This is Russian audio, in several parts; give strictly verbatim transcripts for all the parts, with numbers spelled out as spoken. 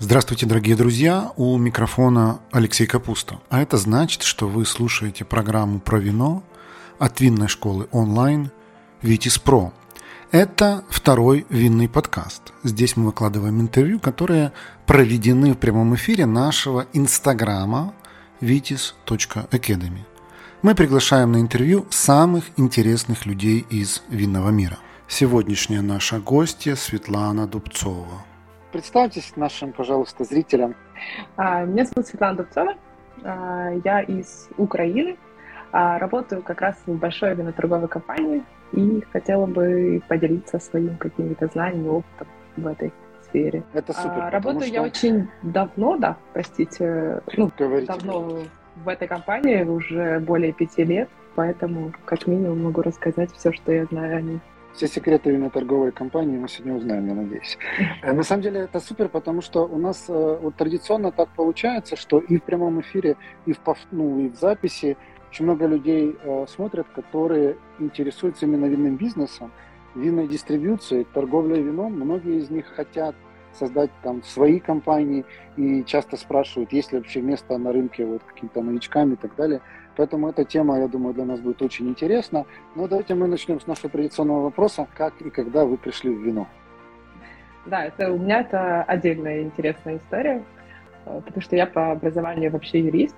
Здравствуйте, дорогие друзья! У микрофона Алексей Капуста. А это значит, что вы слушаете программу про вино от винной школы онлайн Vitis Pro. Это второй винный подкаст. Здесь мы выкладываем интервью, которые проведены в прямом эфире нашего инстаграма vitis точка academy. Мы приглашаем на интервью самых интересных людей из винного мира. Сегодняшняя наша гостья Светлана Дубцова. Представьтесь нашим, пожалуйста, зрителям. Меня зовут Светлана Дубцова. Я из Украины. Работаю как раз в большой виноторговой компании и хотела бы поделиться своим какими-то знаниями, опытом в этой сфере. Это супер. Работаю что... я очень давно, да, простите, ну, давно в этой компании, уже более пяти лет, поэтому как минимум могу рассказать все, что я знаю о ней. Все секреты виноторговой компании мы сегодня узнаем, я надеюсь. На самом деле это супер, потому что у нас вот, традиционно так получается, что и в прямом эфире, и в, ну, и в записи очень много людей э, смотрят, которые интересуются именно винным бизнесом, винной дистрибьюцией, торговлей вином. Многие из них хотят создать там свои компании и часто спрашивают, есть ли вообще место на рынке вот каким-то новичкам и так далее. Поэтому эта тема, я думаю, для нас будет очень интересна. Но давайте мы начнем с нашего традиционного вопроса. Как и когда вы пришли в вино? Да, это у меня это отдельная интересная история, потому что я по образованию вообще юрист,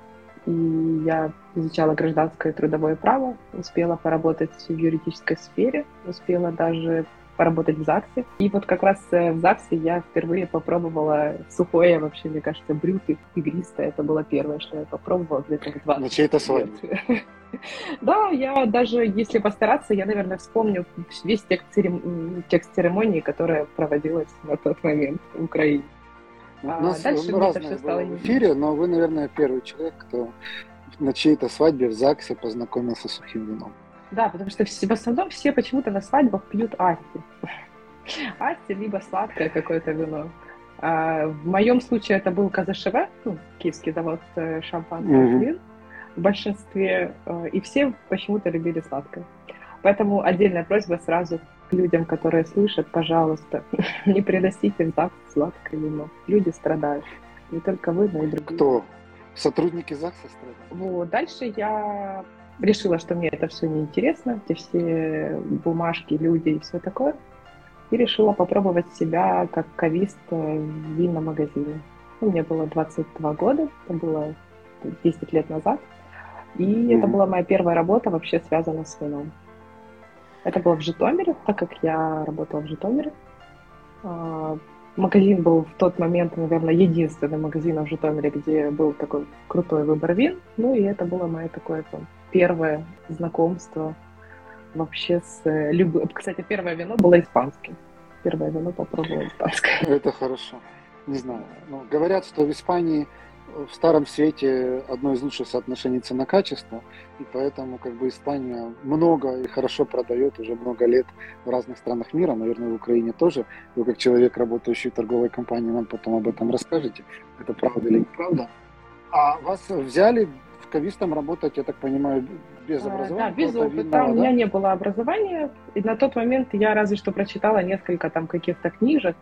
и я изучала гражданское и трудовое право, успела поработать в юридической сфере, успела даже поработать в ЗАГСе. И вот как раз в ЗАГСе я впервые попробовала сухое, вообще, мне кажется, брют игристое. Это было первое, что я попробовала где-то в двадцать. На чьей-то свадьбе. Да, я даже, если постараться, я, наверное, вспомню весь текст церемонии, которая проводилась на тот момент в Украине. У нас разное было в эфире, но вы, наверное, первый человек, кто на чьей-то свадьбе в ЗАГСе познакомился с сухим вином. Да, потому что в основном все почему-то на свадьбах пьют асти. Асти, либо сладкое какое-то вино. А в моем случае это был КЗШВ, ну, киевский завод шампанских mm-hmm. вин в большинстве, и все почему-то любили сладкое. Поэтому отдельная просьба сразу к людям, которые слышат, пожалуйста, не приносите в ЗАГС сладкое вино. Люди страдают. Не только вы, но и другие. Кто? Сотрудники ЗАГСа страдают? Вот. Дальше я решила, что мне это все неинтересно, эти все бумажки, люди и все такое. И решила попробовать себя как кавист в винном магазине. Мне было двадцать два года, это было десять лет назад. И mm-hmm. это была моя первая работа, вообще связана с вином. Это было в Житомире, так как я работала в Житомире. Магазин был в тот момент, наверное, единственный магазин в Житомире, где был такой крутой выбор вин. Ну и это было мое такое там первое знакомство вообще с любым... Кстати, первое вино было испанским. Первое вино попробовала испанское. Это хорошо. Не знаю. Ну, говорят, что в Испании в Старом Свете одно из лучших соотношений цена-качество, и поэтому как бы Испания много и хорошо продает уже много лет в разных странах мира, наверное, в Украине тоже. Вы как человек, работающий в торговой компании, нам потом об этом расскажете, это правда или неправда. А вас взяли кавистом работать, я так понимаю, без образования? Да, без опыта. Видно, у меня да? не было образования. И на тот момент я разве что прочитала несколько там каких-то книжек.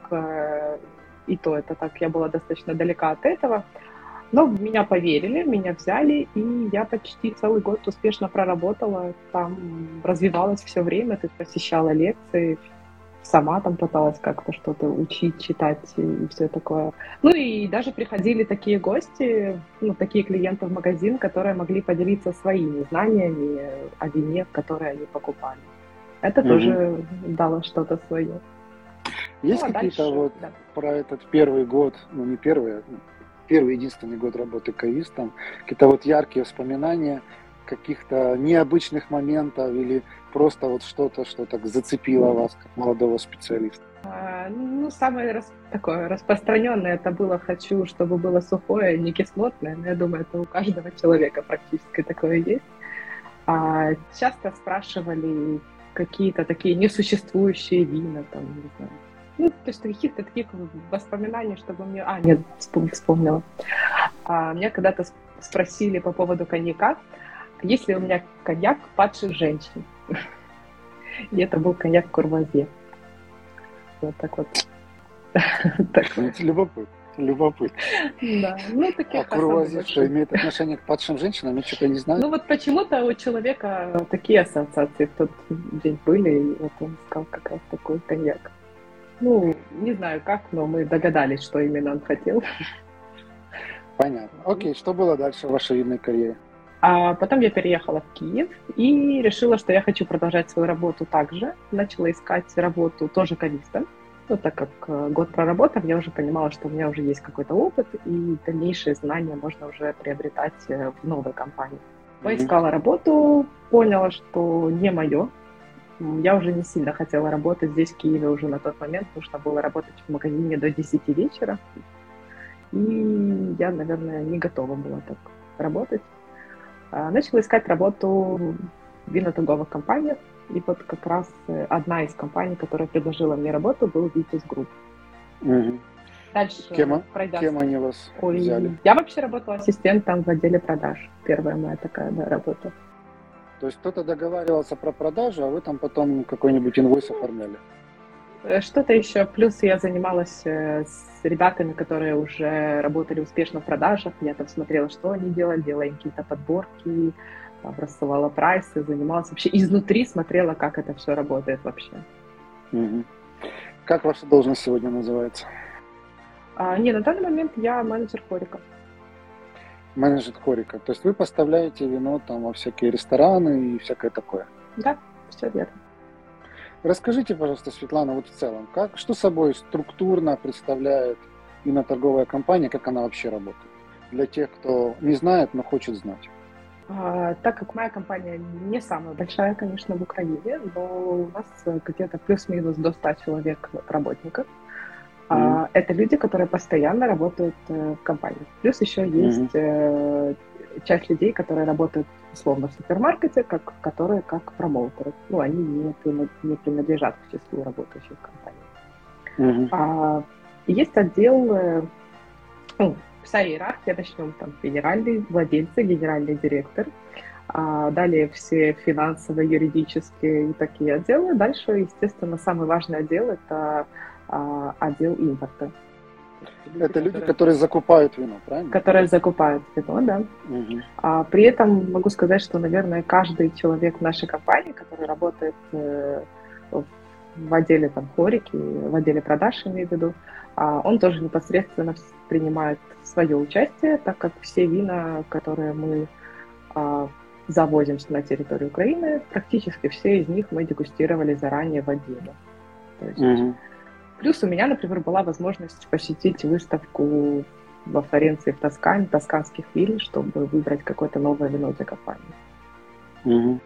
И то это так, я была достаточно далека от этого. Но в меня поверили, меня взяли, и я почти целый год успешно проработала. Там развивалась все время, то есть посещала лекции, сама там пыталась как-то что-то учить, читать и все такое. Ну и даже приходили такие гости, ну, такие клиенты в магазин, которые могли поделиться своими знаниями о вине, которые они покупали. Это mm-hmm. тоже дало что-то свое. Есть ну, а какие-то дальше, вот да. про этот первый год, ну не первый, первый единственный год работы кавистом, какие-то вот яркие воспоминания, каких-то необычных моментов или просто вот что-то, что так зацепило вас как молодого специалиста? А, ну, самое рас... такое распространенное это было «хочу, чтобы было сухое, не кислотное». Но я думаю, это у каждого человека практически такое есть. А, часто спрашивали какие-то такие несуществующие вина, там, не знаю. Ну, то есть каких-то таких воспоминаний, чтобы мне... А, нет, вспомнила. А, меня когда-то спросили по поводу коньяка, есть ли у меня коньяк падших женщин. И это был коньяк Курвазье. Вот так вот. Любопытно. Любопытно. Да, ну таких А курвуазье что, имеет отношение к падшим женщинам? Я что-то не знаю. Ну вот почему-то у человека такие ассоциации в тот день были, и вот он сказал как раз такой коньяк. Ну, не знаю как, но мы догадались, что именно он хотел. Понятно. Окей, что было дальше в вашей винной карьере? А потом я переехала в Киев и решила, что я хочу продолжать свою работу также. Начала искать работу тоже кавистом. Ну, так как год проработав, я уже понимала, что у меня уже есть какой-то опыт, и дальнейшие знания можно уже приобретать в новой компании. Поискала работу, поняла, что не мое. Я уже не сильно хотела работать здесь, в Киеве, уже на тот момент. Нужно было работать в магазине до десяти вечера. И я, наверное, не готова была так работать. Начала искать работу в виноторговых компаниях. И вот как раз одна из компаний, которая предложила мне работу, был Vitis Group. Угу. Дальше, кем, пройдя... кем они вас Ой, взяли? Я вообще работала ассистентом в отделе продаж. Первая моя такая да, работа. То есть кто-то договаривался про продажу, а вы там потом какой-нибудь инвойс оформляли? Что-то еще. Плюс я занималась с ребятами, которые уже работали успешно в продажах. Я там смотрела, что они делали, делала им какие-то подборки, рассылала прайсы, занималась вообще изнутри, смотрела, как это все работает вообще. Угу. Как ваша должность сегодня называется? А, не, на данный момент я менеджер хорика. Менеджер хорика. То есть вы поставляете вино там во всякие рестораны и всякое такое? Да, все верно. Расскажите, пожалуйста, Светлана, вот в целом, как, что собой структурно представляет виноторговая компания, как она вообще работает? Для тех, кто не знает, но хочет знать. А, так как моя компания не самая большая, конечно, в Украине, но у нас где-то плюс-минус до ста человек работников. Mm-hmm. Это люди, которые постоянно работают в компании. Плюс еще есть mm-hmm. часть людей, которые работают условно в супермаркете, как, которые как промоутеры. Ну, они не, не принадлежат к числу работающих в компании. Mm-hmm. А, есть отдел, ну, вся иерархия, начнем там, генеральный владельцы, генеральный директор, а далее все финансовые, юридические и такие отделы. Дальше, естественно, самый важный отдел – это а, отдел импорта. Люди, это люди, которые, которые закупают вино, правильно? Которые закупают вино, да. Угу. А, при этом могу сказать, что, наверное, каждый человек в нашей компании, который работает э, в отделе там, хорики, в отделе продаж, имею в виду, а, он тоже непосредственно принимает свое участие, так как все вина, которые мы а, завозим на территорию Украины, практически все из них мы дегустировали заранее в отделе. То есть, угу. Плюс у меня, например, была возможность посетить выставку во Флоренции, в Тоскане, тосканских вин, чтобы выбрать какое-то новое вино для компании. Угу.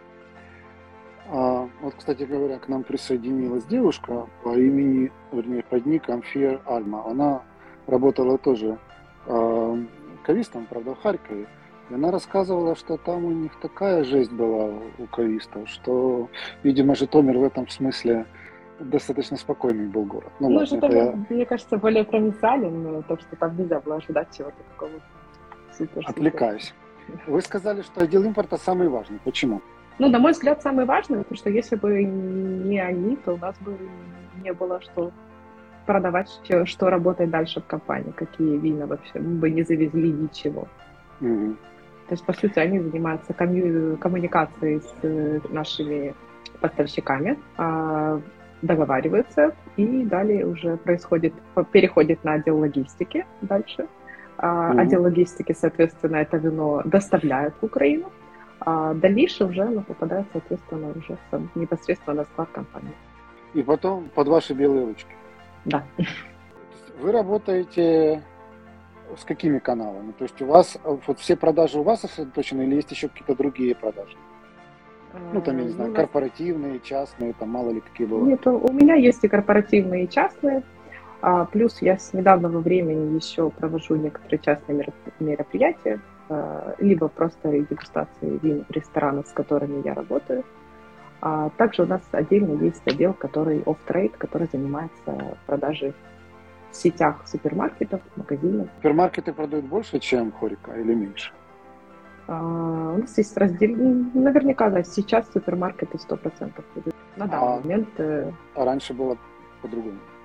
А, вот, кстати говоря, к нам присоединилась девушка по имени, вернее, под ником Фиер Альма. Она работала тоже э, кавистом, правда, в Харькове. И она рассказывала, что там у них такая жесть была у кавистов, что, видимо, Житомир в этом смысле достаточно спокойный был город. Ну, ну Житомир, я... мне кажется, более провинциален, так что там нельзя было ожидать чего-то такого супер. Отвлекаюсь. Вы сказали, что отдел импорта самый важный. Почему? Ну, на мой взгляд, самый важный, потому что если бы не они, то у нас бы не было что продавать, что работать дальше в компании, какие вина вообще, мы бы не завезли ничего. Угу. То есть, по сути, они занимаются комму- коммуникацией с нашими поставщиками, договариваются, и далее уже происходит, переходит на отдел логистики дальше. Mm-hmm. Отдел логистики, соответственно, это вино доставляют в Украину, а дальше уже оно попадает, соответственно, уже непосредственно на склад компании. И потом под ваши белые ручки? Да. Вы работаете с какими каналами? То есть у вас, вот все продажи у вас сосредоточены или есть еще какие-то другие продажи? Ну, там, я не знаю, ну, корпоративные, частные, там мало ли какие бывают. Нет, у меня есть и корпоративные, и частные. А, плюс я с недавнего времени еще провожу некоторые частные мероприятия, а, либо просто дегустации вин в ресторанах, с которыми я работаю. А также у нас отдельно есть отдел, который off-trade, который занимается продажей в сетях супермаркетов, магазинов. Супермаркеты продают больше, чем хорика, или меньше? Uh, у нас есть раздел, наверняка, да, сейчас супермаркеты сто процентов будут. На данный а, момент... А раньше было по-другому?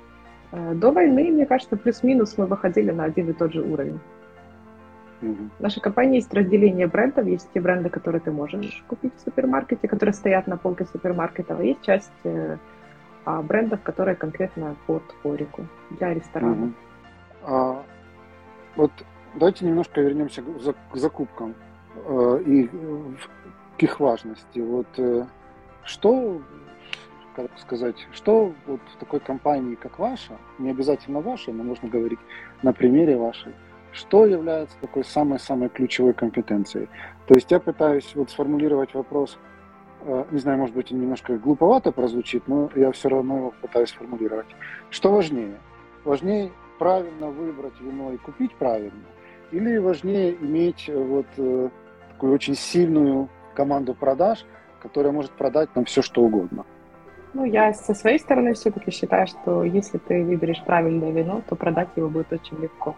До войны, мне кажется, плюс-минус мы выходили на один и тот же уровень. Мгм. В нашей компании есть разделение брендов. Есть те бренды, которые ты можешь купить в супермаркете, которые стоят на полке супермаркета. А есть часть э, а, брендов, которые конкретно под хорику для ресторана. Мгм. А, вот давайте немножко вернемся к за- к закупкам э, и в- к их важности. Вот э, что, как сказать, что вот в такой компании, как ваша, не обязательно вашей, но можно говорить на примере вашей, что является такой самой-самой ключевой компетенцией? То есть я пытаюсь вот сформулировать вопрос, э, не знаю, может быть, он немножко глуповато прозвучит, но я все равно его пытаюсь сформулировать. Что важнее? Важнее правильно выбрать вино и купить правильно? Или важнее иметь э, вот э, такую очень сильную команду продаж, которая может продать нам все, что угодно? Ну, я со своей стороны все-таки считаю, что если ты выберешь правильное вино, то продать его будет очень легко.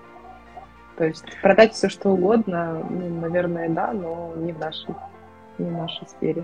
То есть продать все, что угодно, ну, наверное, да, но не в нашей, не в нашей сфере.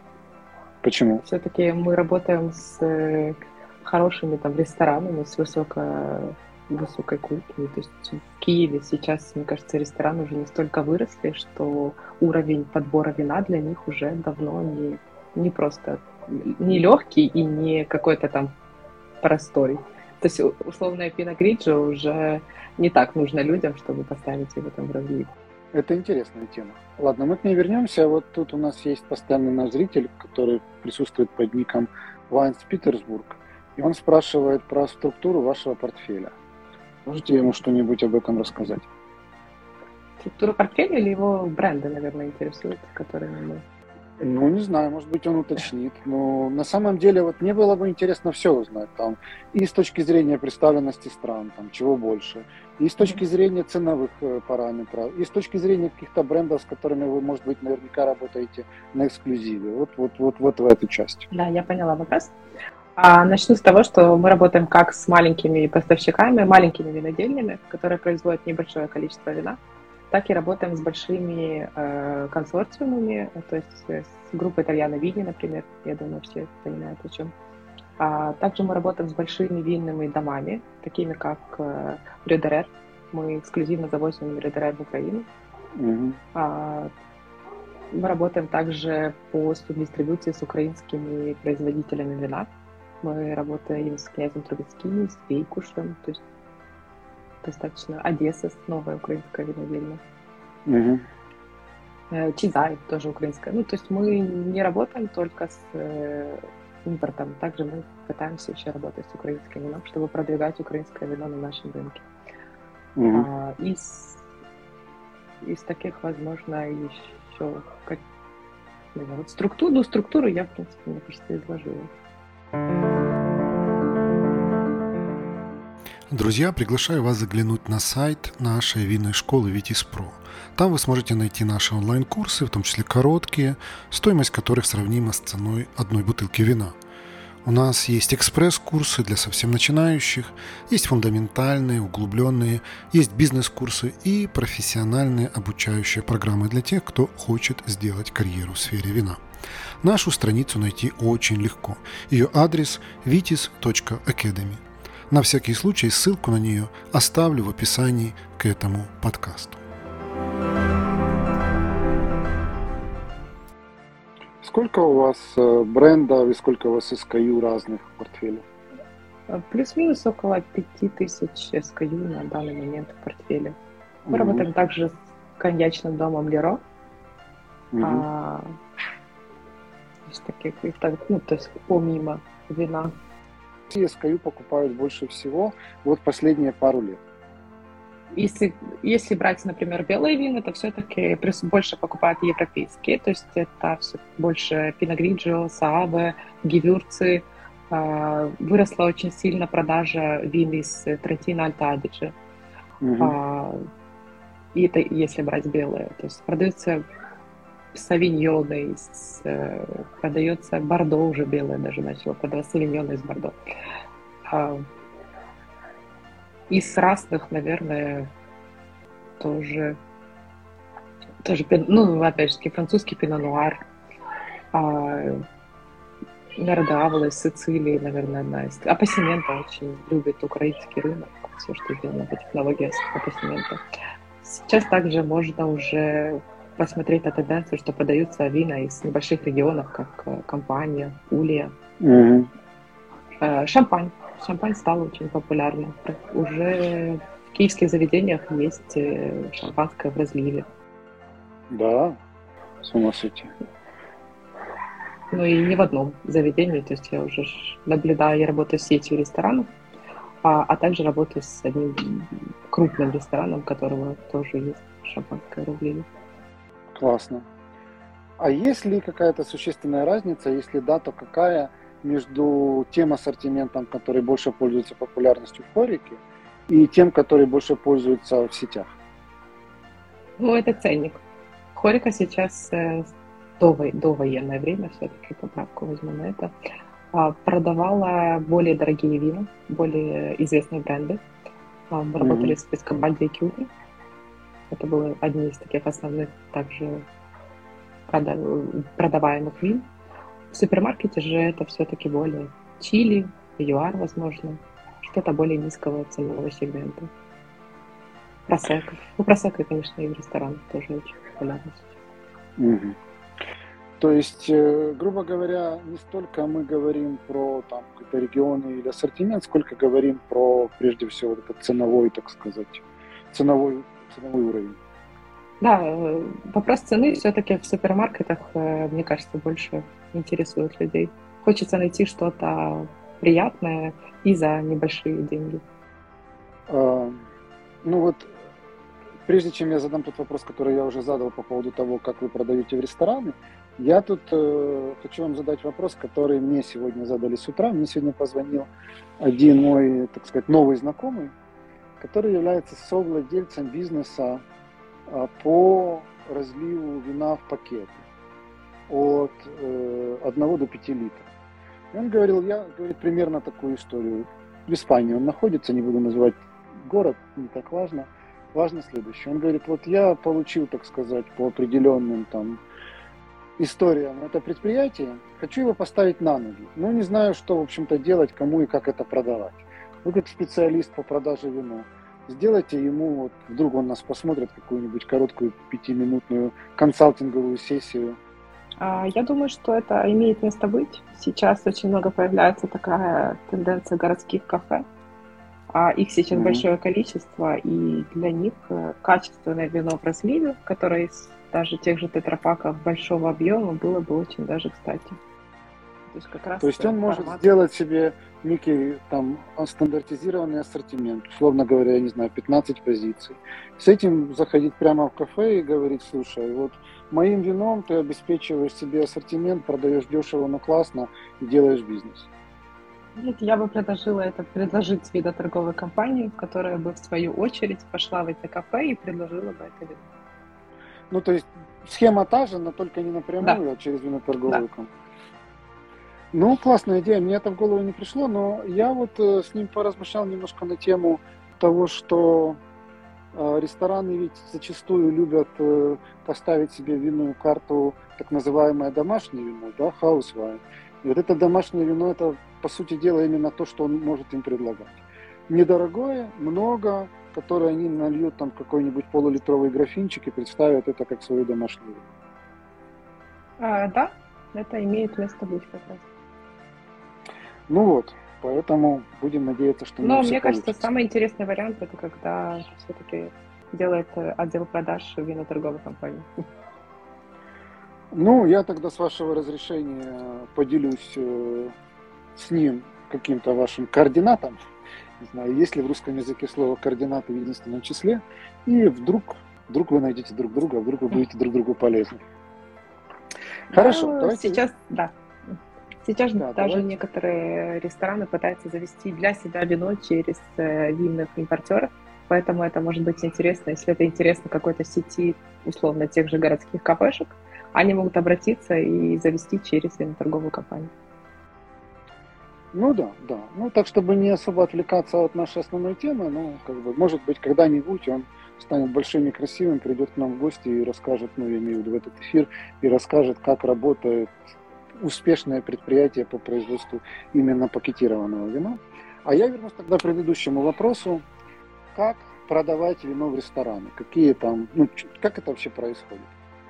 Почему? Все-таки мы работаем с э, хорошими там ресторанами, с высоко, высокой кухней. То есть в Киеве сейчас, мне кажется, рестораны уже настолько выросли, что уровень подбора вина для них уже давно не, не просто не легкий и не какой-то там простой. То есть у- условная пино гриджо уже не так нужно людям, чтобы поставить его там в разлив. Это интересная тема. Ладно, мы к ней вернемся. Вот тут у нас есть постоянный наш зритель, который присутствует под ником Вайнс Петербург. И он спрашивает про структуру вашего портфеля. Можете ему что-нибудь об этом рассказать? Структура портфеля или его бренды, наверное, интересуют, которыми мы... Ну, не знаю, может быть, он уточнит. Но на самом деле вот мне было бы интересно все узнать. Там, и с точки зрения представленности стран, там, чего больше, и с точки зрения ценовых э, параметров, и с точки зрения каких-то брендов, с которыми вы, может быть, наверняка работаете на эксклюзиве. Вот, вот, вот, вот в эту часть. Да, я поняла вопрос. А, начну с того, что мы работаем как с маленькими поставщиками, маленькими винодельнями, которые производят небольшое количество вина, так и работаем с большими э, консорциумами, то есть с группой Итальяно Вини, например, я думаю, все понимают о чем. А также мы работаем с большими винными домами, такими как э, Рюдерер. Мы эксклюзивно завозим Рюдерер в Украину. Мгм. А, мы работаем также по субдистрибуции с украинскими производителями вина. Мы работаем с князем Трубецким, с Вейкушем, то есть достаточно Одесса, новая украинская винодельня. Мгм. Э, Чизай тоже украинская. Ну, то есть мы не работаем только с э, импортом, также мы пытаемся еще работать с украинским вином, чтобы продвигать украинское вино на нашем рынке. Мгм. А, из, из таких, возможно, еще как, наверное, вот структуру, ну, структуру я, в принципе, мне кажется, изложила. Друзья, приглашаю вас заглянуть на сайт нашей винной школы Vitis Pro. Там вы сможете найти наши онлайн-курсы, в том числе короткие, стоимость которых сравнима с ценой одной бутылки вина. У нас есть экспресс-курсы для совсем начинающих, есть фундаментальные, углубленные, есть бизнес-курсы и профессиональные обучающие программы для тех, кто хочет сделать карьеру в сфере вина. Нашу страницу найти очень легко. Ее адрес vitis точка academy. На всякий случай ссылку на нее оставлю в описании к этому подкасту. Сколько у вас э, брендов и сколько у вас эс кей ю разных в портфеле? Плюс-минус около пяти тысяч эс кей ю на данный момент в портфеле. Мы Мгм. работаем также с коньячным домом Леро. Мгм. А, из таких, и так, ну, то есть помимо вина. эс кей ю покупают больше всего вот последние пару лет. Если, если брать, например, белые вина, то все-таки плюс больше покупают европейские, то есть это все больше Pinot Grigio, Saave, Gewürze. А, Выросла очень сильно продажа вин из Трентино Альто Адидже. Мгм. А, И это если брать белые. То есть продаются савиньоны, из, э, продается бордо уже белое даже начало продаваться, савиньоны из бордо. А, Из разных, наверное, тоже, тоже, пин- ну, опять же, французский пино нуар, а, Нардавла из Сицилии, наверное, одна из. Апассимента очень любит украинский рынок, все, что сделано по технологии апассимента. Сейчас также можно уже посмотреть на тенденцию, что продаются вина из небольших регионов, как Кампания, Пулия. Угу. Шампань. Шампань стал очень популярным. Уже в киевских заведениях есть шампанское в разливе. Да, с ума сойти. Ну и не в одном заведении, то есть я уже наблюдаю, я работаю с сетью ресторанов, а, а также работаю с одним крупным рестораном, у которого тоже есть шампанское в разливе. Классно. А есть ли какая-то существенная разница, если да, то какая, между тем ассортиментом, который больше пользуется популярностью в хорике, и тем, который больше пользуется в сетях? Ну, это ценник. Хорика сейчас э, до, до военное время, все-таки поправку возьму на это, э, продавала более дорогие вина, более известные бренды. Э, мы mm-hmm. работали с Пескобальди и Кюльри. Это были одни из таких основных также продаваемых вин. В супермаркете же это все-таки более чили, юар, возможно, что-то более низкого ценового сегмента. Просекко. Ну, просекко, конечно, и в ресторанах тоже очень популярно сейчас. Угу. То есть, грубо говоря, не столько мы говорим про там какие-то регионы или ассортимент, сколько говорим про, прежде всего, вот этот ценовой, так сказать, ценовой, ценовой уровень. Да, вопрос цены все-таки в супермаркетах, мне кажется, больше интересует людей. Хочется найти что-то приятное и за небольшие деньги. А, ну вот, прежде чем я задам тот вопрос, который я уже задал по поводу того, как вы продаете в рестораны, я тут э, хочу вам задать вопрос, который мне сегодня задали с утра. Мне сегодня позвонил один мой, так сказать, новый знакомый, который является совладельцем бизнеса э, по разливу вина в пакеты от э, одного до пяти литров. И он говорил, я говорит, примерно такую историю. В Испании он находится, не буду называть город, не так важно. Важно следующее. Он говорит, вот я получил, так сказать, по определенным там историям это предприятие, хочу его поставить на ноги, но не знаю, что, в общем-то, делать, кому и как это продавать. Вы, как специалист по продаже вина, сделайте ему, вот, вдруг он нас посмотрит, какую-нибудь короткую пятиминутную консалтинговую сессию. Я думаю, что это имеет место быть. Сейчас очень много появляется такая тенденция городских кафе. А их сейчас mm-hmm. большое количество, и для них качественное вино в разливе, которое из даже тех же тетрапаков большого объема, было бы очень даже кстати. То есть, как раз То есть он формат... может сделать себе некий там стандартизированный ассортимент, условно говоря, я не знаю, пятнадцать позиций. С этим заходить прямо в кафе и говорить, слушай, вот моим вином ты обеспечиваешь себе ассортимент, продаешь дешево, но классно и делаешь бизнес. Нет, я бы предложила это предложить вида торговой компании, которая бы в свою очередь пошла в это кафе и предложила бы это вино. Ну, то есть схема та же, но только не напрямую, да. а через виноторговую да. компанию. Ну, классная идея, мне это в голову не пришло, но я вот э, с ним поразмышлял немножко на тему того, что э, рестораны ведь зачастую любят э, поставить себе винную карту, так называемое домашнее вино, да, house wine. И вот это домашнее вино, это, по сути дела, именно то, что он может им предлагать. Недорогое, много, которое они нальют там какой-нибудь полулитровый графинчик и представят это как свое домашнее вино. А, да, это имеет место быть как раз. Ну вот, поэтому будем надеяться, что... Но мне кажется, получится. Самый интересный вариант это когда все-таки делает отдел продаж виноторговой компании. Ну, я тогда, с вашего разрешения, поделюсь э, с ним каким-то вашим координатом. Не знаю, есть ли в русском языке слово координаты в единственном числе. И вдруг, вдруг вы найдете друг друга, вдруг вы будете друг другу полезны. Хорошо, ну, давайте... Сейчас, да. Сейчас да, даже давайте. Некоторые рестораны пытаются завести для себя вино через э, винных импортеров. Поэтому это может быть интересно, если это интересно какой-то сети, условно, тех же городских кафешек. Они могут обратиться и завести через виноторговую компанию. Ну да, да. Ну так, чтобы не особо отвлекаться от нашей основной темы, ну, как бы, может быть, когда-нибудь он станет большим и красивым, придет к нам в гости и расскажет, ну, я имею в виду в этот эфир, и расскажет, как работает успешное предприятие по производству именно пакетированного вина. А я вернусь тогда к предыдущему вопросу. Как продавать вино в рестораны? Какие там, ну, как это вообще происходит?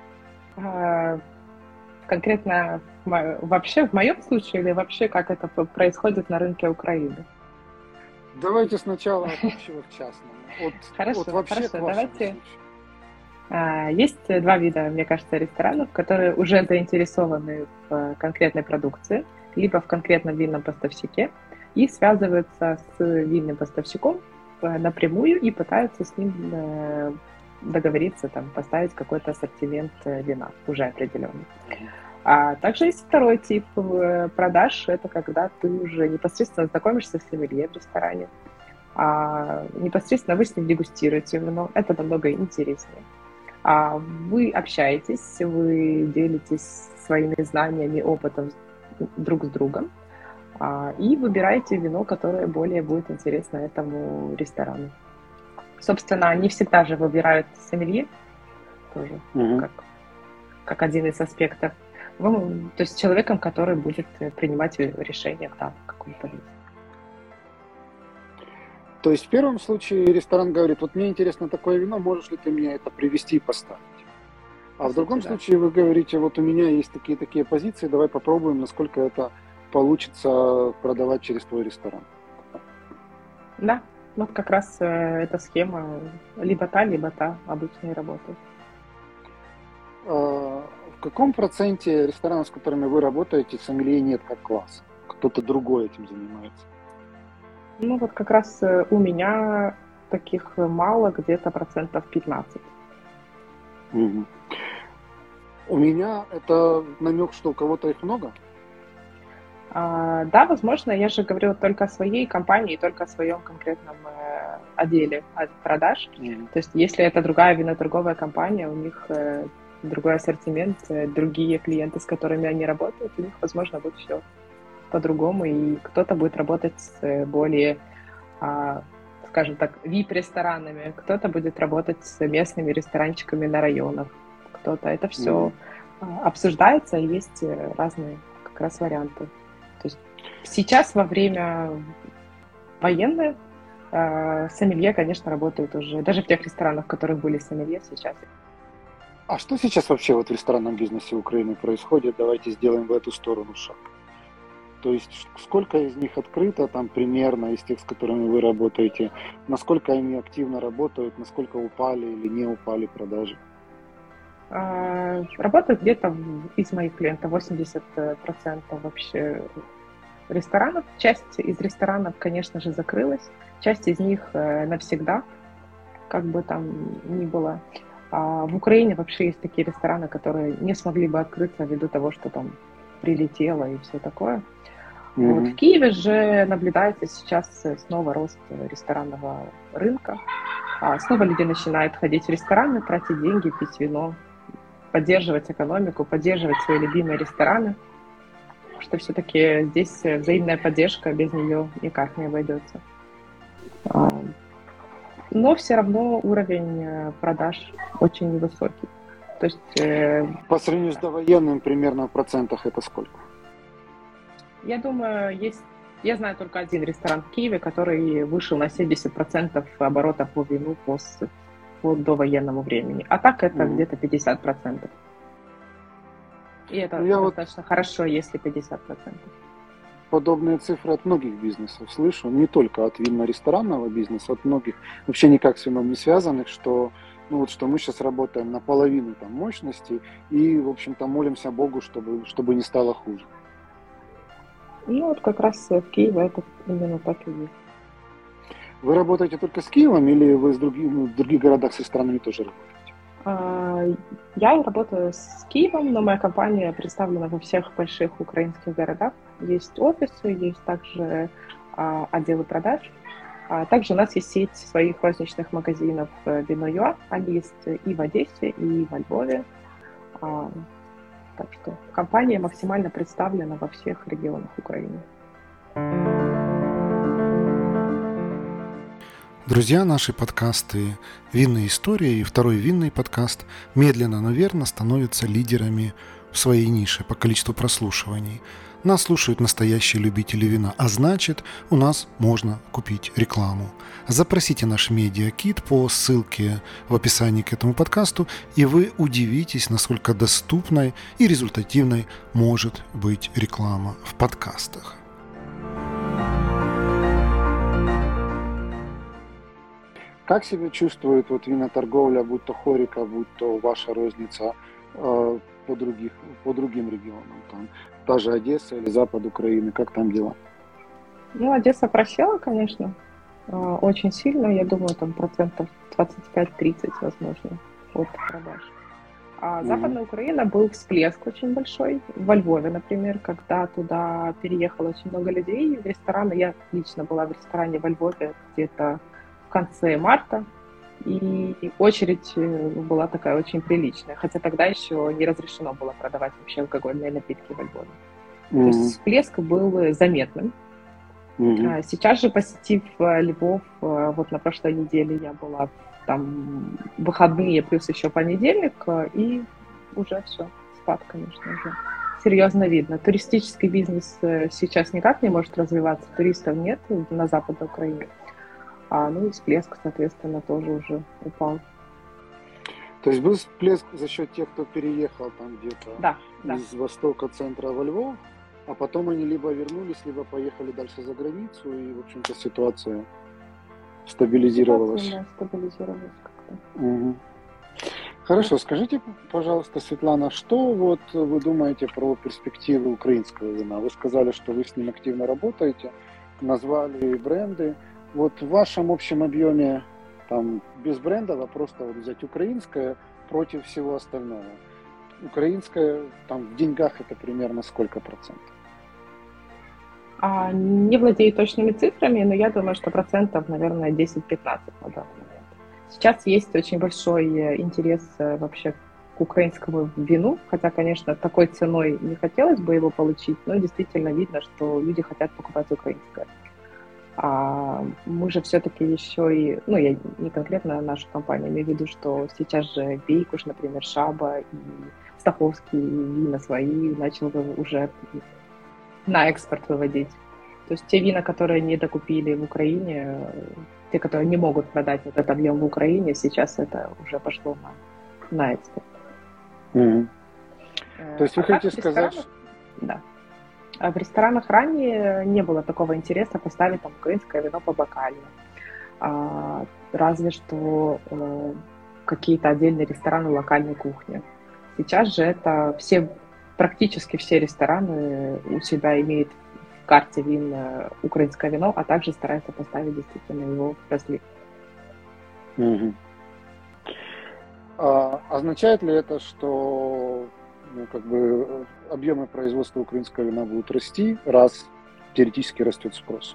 Конкретно вообще в моем случае или вообще как это происходит на рынке Украины? Давайте сначала от общего к частному. От, хорошо, от вообще хорошо, к вашему давайте. Случаю. Есть два вида, мне кажется, ресторанов, которые уже заинтересованы в конкретной продукции, либо в конкретном винном поставщике, и связываются с винным поставщиком напрямую и пытаются с ним договориться, там, поставить какой-то ассортимент вина уже определенный. А также есть второй тип продаж, это когда ты уже непосредственно знакомишься с сомелье в ресторане, а непосредственно вы с ним дегустируете вино, это намного интереснее. А вы общаетесь, вы делитесь своими знаниями, опытом друг с другом, а, и выбираете вино, которое более будет интересно этому ресторану. Собственно, не всегда же выбирают сомелье, тоже mm-hmm. как, как один из аспектов. Вы, то есть человеком, который будет принимать решение да, в каком-то виде. То есть в первом случае ресторан говорит, вот мне интересно такое вино, можешь ли ты мне это привезти и поставить? А в другом да. случае вы говорите, вот у меня есть такие-такие позиции, давай попробуем, насколько это получится продавать через твой ресторан. Да, вот как раз э, эта схема либо та, либо та обычно и работает. А в каком проценте ресторанов, с которыми вы работаете, сомелье нет как класс? Кто-то другой этим занимается? Ну вот как раз у меня таких мало, где-то процентов пятнадцать. Угу. У меня это намек, что у кого-то их много? А, да, возможно, я же говорю только о своей компании, только о своем конкретном э, отделе продаж. Mm-hmm. То есть если это другая виноторговая компания, у них э, другой ассортимент, э, другие клиенты, с которыми они работают, у них, возможно, будет все по-другому, и кто-то будет работать с более, э, скажем так, ви ай пи-ресторанами, кто-то будет работать с местными ресторанчиками на районах, кто-то. Это все mm-hmm. обсуждается, и есть разные как раз варианты. То есть сейчас во время военное э, сомелье, конечно, работают уже, даже в тех ресторанах, в которых были сомелье сейчас. А что сейчас вообще вот в ресторанном бизнесе Украины происходит? Давайте сделаем в эту сторону шаг. То есть сколько из них открыто там примерно, из тех, с которыми вы работаете, насколько они активно работают, насколько упали или не упали продажи? Uh, работают где-то из моих клиентов восемьдесят процентов вообще ресторанов. Часть из ресторанов, конечно же, закрылась. Часть из них uh, навсегда, как бы там ни было. Uh, в Украине вообще есть такие рестораны, которые не смогли бы открыться ввиду того, что там прилетело и все такое. Mm-hmm. Вот. В Киеве же наблюдается сейчас снова рост ресторанного рынка. Uh, снова люди начинают ходить в рестораны, тратить деньги, пить вино, поддерживать экономику, поддерживать свои любимые рестораны, что все-таки здесь взаимная поддержка, без нее никак не обойдется. Но все равно уровень продаж очень невысокий. То есть, по сравнению с довоенным примерно в процентах это сколько? Я думаю, есть. Я знаю только один ресторан в Киеве, который вышел на семьдесят процентов оборота по вину по по довоенному времени. А так это mm. где-то пятьдесят процентов. И это ну, достаточно вот хорошо, если пятьдесят процентов. Подобные цифры от многих бизнесов слышу, не только от винно-ресторанного бизнеса, от многих вообще никак с вином не связанных, что, ну, вот, что мы сейчас работаем на половину там, мощности и, в общем-то, молимся Богу, чтобы, чтобы не стало хуже. Ну вот как раз в Киеве это именно так и есть. Вы работаете только с Киевом или вы с другими, ну, в других городах со странами тоже работаете? Я работаю с Киевом, но моя компания представлена во всех больших украинских городах. Есть офисы, есть также отделы продаж. Также у нас есть сеть своих розничных магазинов Вино.ua. Они есть и в Одессе, и во Львове. Так что компания максимально представлена во всех регионах Украины. Друзья, наши подкасты «Винные истории» и второй винный подкаст медленно, но верно становятся лидерами в своей нише по количеству прослушиваний. Нас слушают настоящие любители вина, а значит, у нас можно купить рекламу. Запросите наш медиакит по ссылке в описании к этому подкасту, и вы удивитесь, насколько доступной и результативной может быть реклама в подкастах. Как себя чувствует вот виноторговля, будь то Хорика, будь то ваша розница э, по, других, по другим регионам? Там, та же Одесса или запад Украины, как там дела? Ну, Одесса просела, конечно, э, очень сильно, я думаю, там процентов двадцать пять тридцать, возможно, от продаж. А Западная mm-hmm. Украина был всплеск очень большой. Во Львове, например, когда туда переехало очень много людей в рестораны. Я лично была в ресторане во Львове где-то в конце марта, и очередь была такая очень приличная, хотя тогда еще не разрешено было продавать вообще алкогольные напитки во Львове. Mm-hmm. То есть всплеск был заметным. Mm-hmm. Сейчас же, посетив Львов, вот на прошлой неделе я была там выходные плюс еще понедельник, и уже все, спад, конечно, уже серьезно видно. Туристический бизнес сейчас никак не может развиваться, туристов нет на Западной Украине. А, ну и всплеск, соответственно, тоже уже упал. То есть был всплеск за счет тех, кто переехал там где-то да, да. из востока центра во Львов, а потом они либо вернулись, либо поехали дальше за границу, и, в общем-то, ситуация стабилизировалась. Ситуация, да, стабилизировалась как-то. Угу. Хорошо, скажите, пожалуйста, Светлана, что вот вы думаете про перспективы украинского вина? Вы сказали, что вы с ним активно работаете, назвали бренды. Вот в вашем общем объеме, там, без брендов, а просто вот взять украинское против всего остального. Украинское, там, в деньгах это примерно сколько процентов? А, не владею точными цифрами, но я думаю, что процентов, наверное, десять-пятнадцать на данный момент. Сейчас есть очень большой интерес вообще к украинскому вину, хотя, конечно, такой ценой не хотелось бы его получить, но действительно видно, что люди хотят покупать украинское. А мы же все-таки еще и, ну, я не конкретно нашу компанию, имею в виду, что сейчас же Бейкуш, например, Шаба и Стаховский вина свои начал уже на экспорт выводить. То есть те вина, которые не докупили в Украине, те, которые не могут продать этот объем в Украине, сейчас это уже пошло на, на экспорт. Mm-hmm. То есть вы а хотите сказать... Что... Да. В ресторанах ранее не было такого интереса поставить там украинское вино по бокалу. А, разве что э, какие-то отдельные рестораны локальной кухни. Сейчас же это все, практически все рестораны у себя имеют в карте вин украинское вино, а также стараются поставить действительно его в разлив. Угу. А, означает ли это, что ну, как бы объемы производства украинского вина будут расти, раз теоретически растет спрос?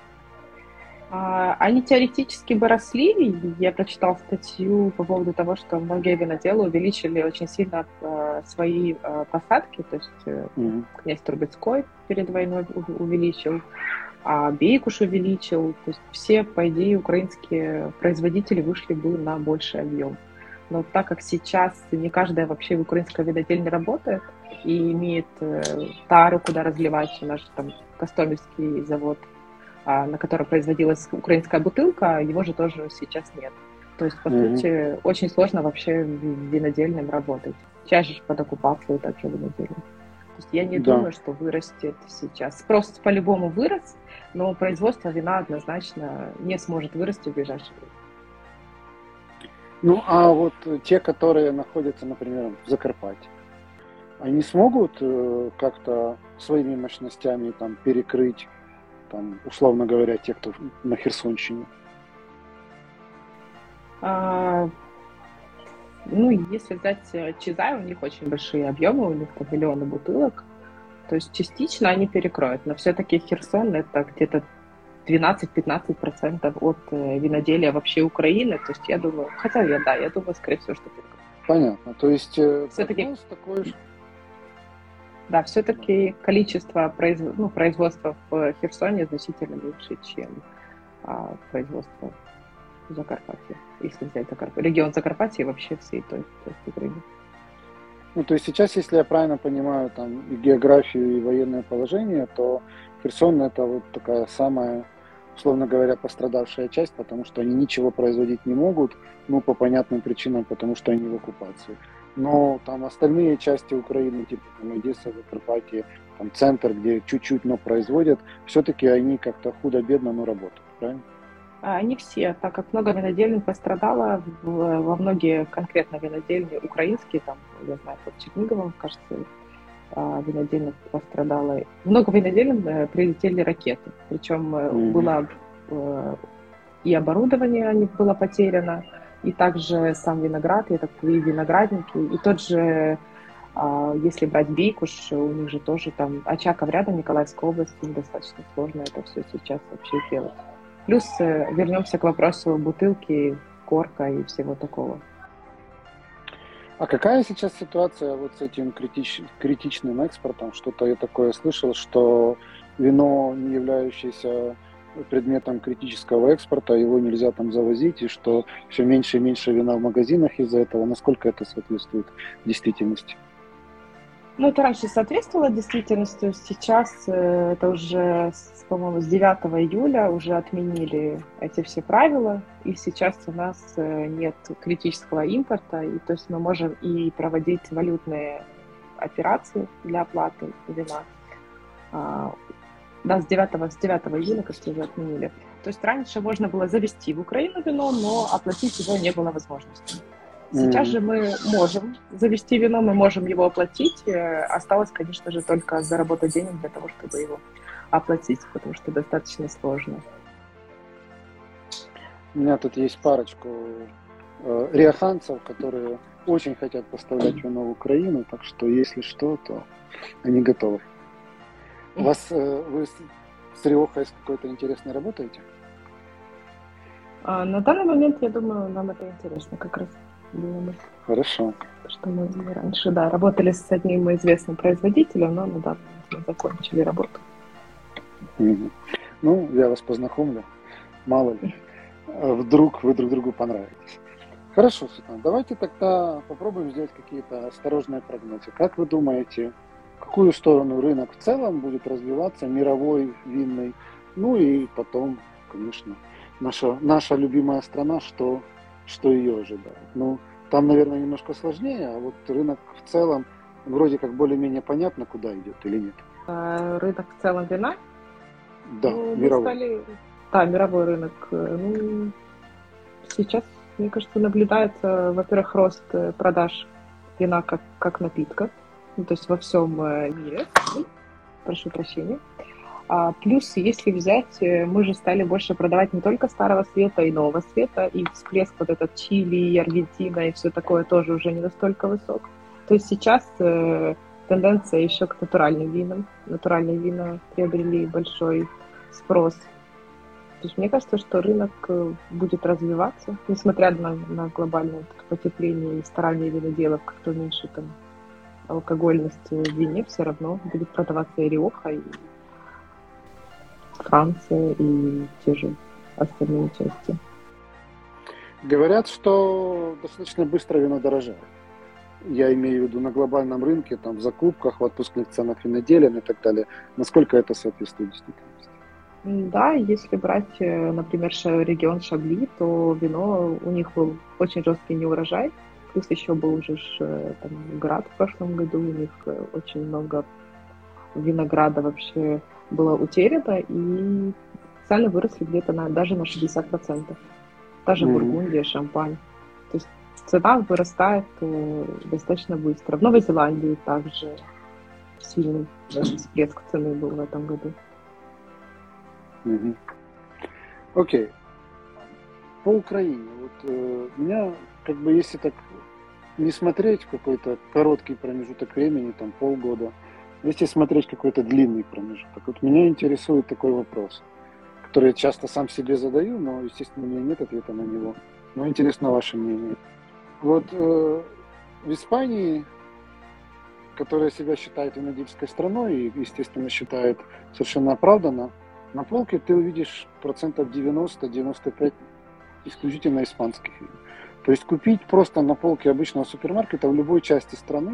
А, они теоретически бы росли. Я прочитала статью по поводу того, что многие виноделы увеличили очень сильно а, свои а, посадки. То есть mm-hmm. князь Трубецкой перед войной увеличил, а Бейкуш увеличил. То есть все, по идее, украинские производители вышли бы на больший объем. Но так как сейчас не каждая вообще в украинской винодельне работает и имеет э, тару, куда разливать, наш там Костомельский завод, а, на котором производилась украинская бутылка, его же тоже сейчас нет. То есть, по mm-hmm. сути, очень сложно вообще винодельным работать. Чаще под оккупацией также винодельным. То есть я не да. думаю, что вырастет сейчас. Спрос по-любому вырос, но производство вина однозначно не сможет вырасти в ближайшее время. Ну, а вот те, которые находятся, например, в Закарпатье, они смогут э, как-то своими мощностями там перекрыть, там, условно говоря, те, кто на Херсонщине? А, ну, если взять Чизай, у них очень большие объемы, у них там миллионы бутылок. То есть частично они перекроют, но все-таки Херсон это где-то двенадцать-пятнадцать процентов от виноделия вообще Украины. То есть я думаю, хотя я, да, я думаю, скорее всего, что перекроют. Понятно. То есть все-таки такой же. Да, все-таки количество произ... ну, производства в Херсоне значительно меньше, чем а, производство в Закарпатье. Если взять Закарп... регион Закарпатья и вообще всей той, той Украины. Ну, то есть сейчас, если я правильно понимаю там и географию, и военное положение, то Херсон это вот такая самая, условно говоря, пострадавшая часть, потому что они ничего производить не могут, ну, по понятным причинам, потому что они в оккупации. Но там остальные части Украины, типа там, Одесса, Закарпатье, там центр, где чуть-чуть, но производят, все-таки они как-то худо-бедно, но работают, правильно? Не все, так как много винодельных пострадало, во многие конкретно винодельни украинские, там, я знаю, под Черниговым, кажется, винодельных пострадало. Много винодельных прилетели ракеты, причем mm-hmm. было и оборудование было потеряно, и также сам виноград, и, так, и виноградники, и тот же, если брать Бейкуш, у них же тоже там Очаков рядом, Николаевская область, им достаточно сложно это все сейчас вообще делать. Плюс вернемся к вопросу бутылки, корка и всего такого. А какая сейчас ситуация вот с этим критич, критичным экспортом? Что-то я такое слышал, что вино, не являющееся предметом критического экспорта, его нельзя там завозить, и что все меньше и меньше вина в магазинах из-за этого. Насколько это соответствует действительности? Ну, это раньше соответствовало действительности, сейчас это уже, по-моему, с девятого июля уже отменили эти все правила, и сейчас у нас нет критического импорта, и то есть мы можем и проводить валютные операции для оплаты вина. Да, с девятого, с девятого июля, кажется, уже отменили. То есть раньше можно было завезти в Украину вино, но оплатить его не было возможности. Сейчас mm-hmm. же мы можем завести вино, мы можем его оплатить. Осталось, конечно же, только заработать денег для того, чтобы его оплатить, потому что достаточно сложно. У меня тут есть парочку э, риоханцев, которые очень хотят поставлять вино в Украину, так что, если что, то они готовы. У вас, э, вы с, с Риохой с какой-то интересной работаете? А, на данный момент, я думаю, нам это интересно как раз. Думаю, Хорошо. Что мы раньше, да, работали с одним известным производителем, но на данный момент мы закончили работу. Mm-hmm. Ну, я вас познакомлю. Мало ли. Вдруг вы друг другу понравитесь. Хорошо, Светлана, давайте тогда попробуем сделать какие-то осторожные прогнозы. Как вы думаете, в какую сторону рынок в целом будет развиваться, мировой, винный? Ну и потом, конечно, наша, наша любимая страна, что... что ее ожидает. Ну, там, наверное, немножко сложнее, а вот рынок в целом вроде как более-менее понятно, куда идет или нет. А, рынок в целом вина? Да, ну, мировой. Стали... Да, мировой рынок. Ну, сейчас, мне кажется, наблюдается, во-первых, рост продаж вина как, как напитка, ну, то есть во всем мире. Прошу прощения. А плюс, если взять, мы же стали больше продавать не только старого света и нового света, и всплеск вот этот Чили, и Аргентина, и все такое тоже уже не настолько высок. То есть сейчас э, тенденция еще к натуральным винам. Натуральные вина приобрели большой спрос. То есть мне кажется, что рынок будет развиваться, несмотря на, на глобальное потепление и старание виноделов как-то уменьшить там алкогольность в вине, все равно будет продаваться и Риоха, и Франция и те же остальные части. Говорят, что достаточно быстро вино дорожает. Я имею в виду на глобальном рынке, там в закупках, в отпускных ценах виноделин и так далее. Насколько это соответствует действительности? Да, если брать, например, регион Шабли, то вино, у них был очень жесткий неурожай. Плюс еще был уже там град в прошлом году, у них очень много винограда вообще было утеряно, и цены выросли где-то на, даже на шестьдесят процентов. Даже mm-hmm. Бургундия, Шампань. То есть цена вырастает э, достаточно быстро. В Новой Зеландии также сильный всплеск цены был в этом году. Mm-hmm. Окей. По Украине. Вот э, у меня, как бы, если так не смотреть в какой-то короткий промежуток времени, там полгода, если смотреть какой-то длинный промежуток, вот меня интересует такой вопрос, который я часто сам себе задаю, но, естественно, у меня нет ответа на него. Но интересно ваше мнение. Вот э, в Испании, которая себя считает винодельской страной и, естественно, считает совершенно оправданно, на полке ты увидишь процентов девяносто-девяносто пять исключительно испанских вин. То есть купить просто на полке обычного супермаркета в любой части страны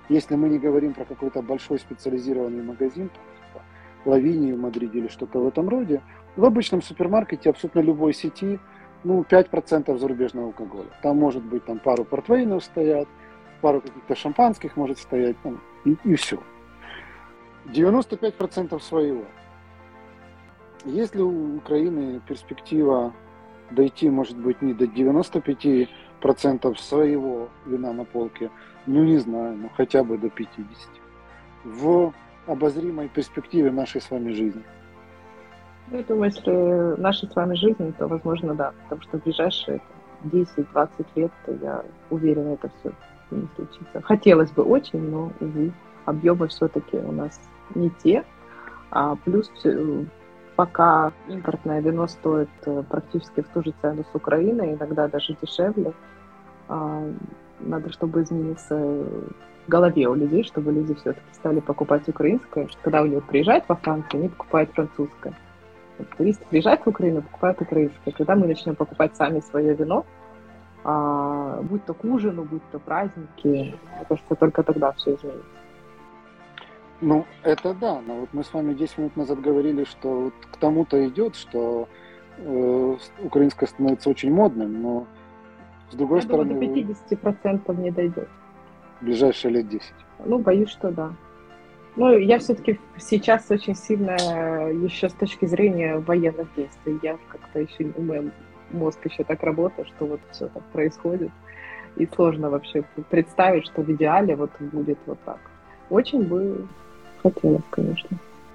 Если мы не говорим про какой-то большой специализированный магазин, типа Лавинии в Мадриде или что-то в этом роде, в обычном супермаркете абсолютно любой сети, ну, пять процентов зарубежного алкоголя. Там может быть там пару портвейнов стоят, пару каких-то шампанских может стоять, там, и, и все. девяносто пять процентов своего. Если у Украины перспектива дойти, может быть, не до девяноста пяти процентов своего вина на полке, ну, не знаю, ну, хотя бы до пятидесяти. В обозримой перспективе нашей с вами жизни. Я думаю, если наша с вами жизнь, то, возможно, да. Потому что в ближайшие десять-двадцать лет, то я уверена, это все не случится. Хотелось бы очень, но, увы, объемы все-таки у нас не те. А плюс все, пока импортное вино стоит практически в ту же цену с Украины, иногда даже дешевле, надо, чтобы изменился в голове у людей, чтобы люди все-таки стали покупать украинское. Когда они приезжают во Францию, они покупают французское. Туристы приезжают в Украину, покупают украинское. Когда мы начнем покупать сами свое вино, а, будь то к ужину, будь то праздники, мне кажется, только тогда все изменится. Ну, это да, но вот мы с вами десять минут назад говорили, что вот к тому-то идет, что э, украинское становится очень модным, но с другой Я стороны... думаю, до пятидесяти процентов не дойдет. В ближайшие лет десять. Ну, боюсь, что да. Ну, я все-таки сейчас очень сильно еще с точки зрения военных действий. Я как-то еще, мой мозг еще так работает, что вот все так происходит. И сложно вообще представить, что в идеале вот будет вот так. Очень бы хотелось, конечно.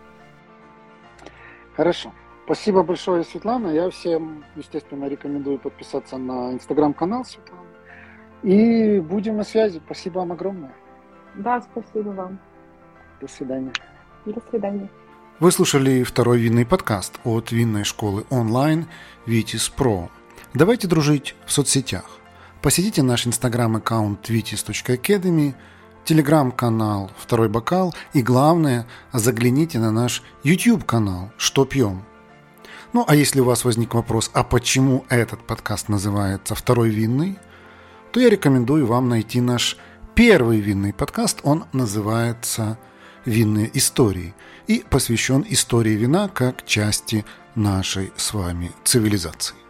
Хорошо. Спасибо большое, Светлана. Я всем, естественно, рекомендую подписаться на инстаграм-канал Светланы. И будем на связи. Спасибо вам огромное. Да, спасибо вам. До свидания. До свидания. Вы слушали второй винный подкаст от винной школы онлайн Vitis Pro. Давайте дружить в соцсетях. Посетите наш инстаграм-аккаунт vitis точка academy, телеграм-канал «Второй бокал» и, главное, загляните на наш YouTube-канал «Что пьем?». Ну, а если у вас возник вопрос, а почему этот подкаст называется «Второй винный?», то я рекомендую вам найти наш первый винный подкаст. Он называется «Винные истории» и посвящен истории вина как части нашей с вами цивилизации.